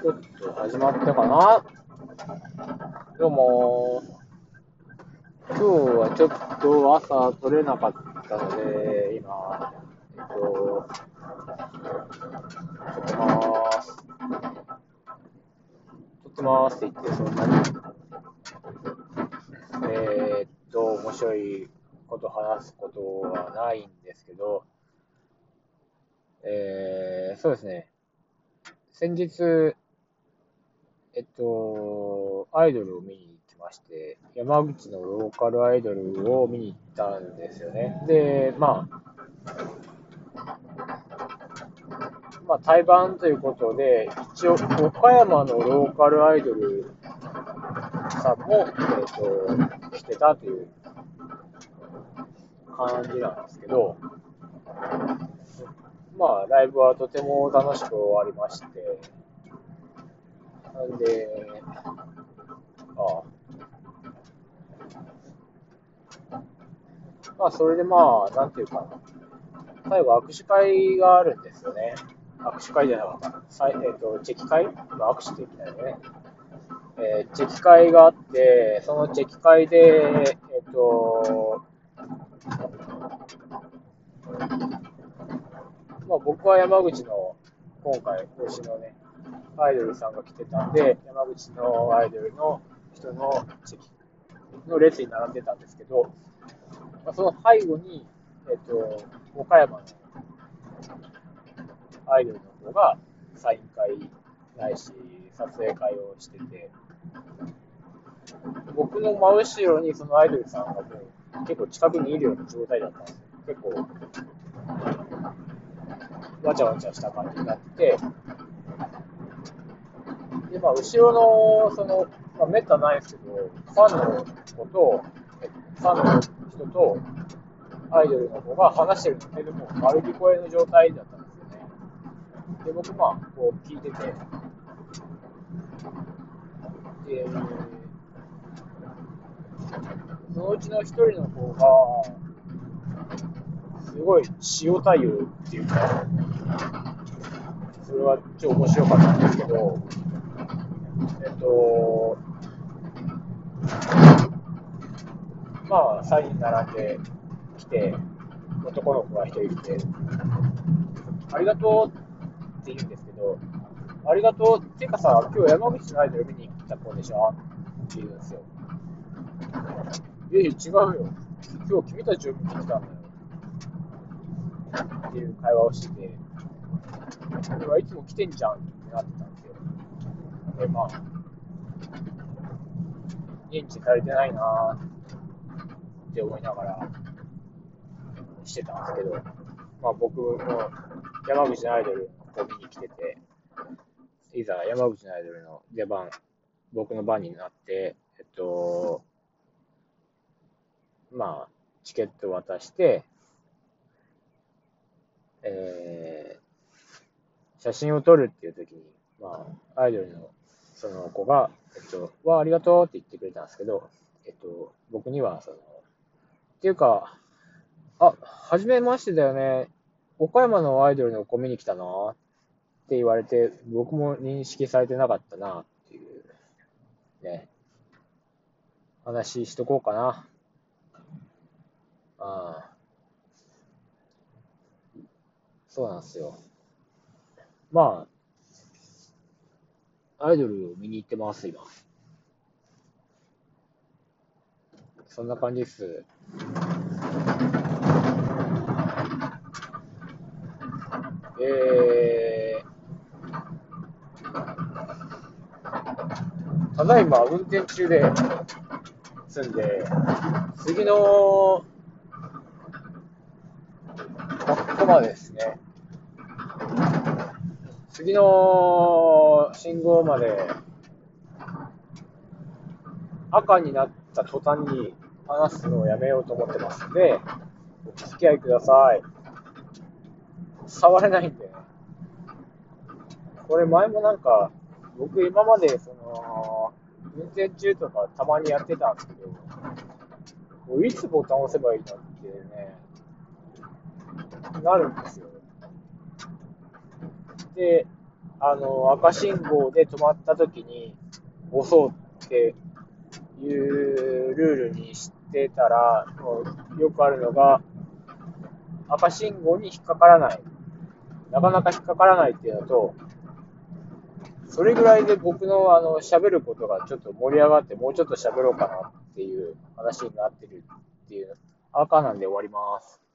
ちょっと始まったかな。どうも、今日はちょっと朝取れなかったので、今、撮ってます。撮ってますって言って、そんなに、面白いこと話すことはないんですけど、そうですね。先日、アイドルを見に行きまして、山口のローカルアイドルを見に行ったんですよね。で、対バンということで、一応、岡山のローカルアイドルさんも、来てたという感じなんですけど、ライブはとても楽しく終わりまして、なんで、あそれでなんていうかな、最後握手会があるんですよね。握手会じゃなかった。チェキ会、握手できないね。チェキ会があって、そのチェキ会で、僕は山口の今回推しのね、アイドルさんが来てたんで、山口のアイドルの人のチェキの列に並んでたんですけど、その背後に、岡山のアイドルの方がサイン会ないし、撮影会をしてて、僕の真後ろにそのアイドルさんがもう結構近くにいるような状態だったんですよ。結構わちゃわちゃした感じになってて、で、後ろの、めったないですけど、ファンの子と、ファンの人と、アイドルの子が話してるので、もう丸聞こえの状態だったんですよね。で、僕、こう聞いてて、で、そのうちの一人の子が、すごい塩対応っていうか、それは超面白かったんですけど、サイン並んできて、男の子が一人いて、ありがとうって言うんですけど、ありがとうっていうかさ、今日山口のアイドル見に来た子でしょって言うんですよ。いやいや、違うよ。今日君たちを見に来たんだよ。っていう会話をしてて、俺はいつも来てんじゃんってなってたんですよ。で、認知されてないなーって思いながらしてたんですけど、僕も山口のアイドルを見に来てて、いざ山口のアイドルの出番、僕の番になって、チケットを渡して、写真を撮るっていう時に、アイドルのその子が、ありがとうって言ってくれたんですけど、僕には、っていうか、はじめましてだよね。岡山のアイドルの子見に来たなって言われて、僕も認識されてなかったなっていうね、話しとこうかな。そうなんですよ。アイドルを見に行ってます、今。そんな感じです。ただいま運転中ですんで、次のコマですね。次の信号まで赤になった途端に話すのをやめようと思ってますので、お付き合いください。触れないんでね。これ前も僕今まで運転中とかたまにやってたんですけど、いつボタンを押せばいいのってね、なるんですよ。で、 赤信号で止まった時に押そうっていうルールにしてたら、もうよくあるのが、赤信号に引っかからない。なかなか引っかからないっていうのと、それぐらいで僕の喋ることがちょっと盛り上がって、もうちょっと喋ろうかなっていう話になってるっていう、赤なんで終わります。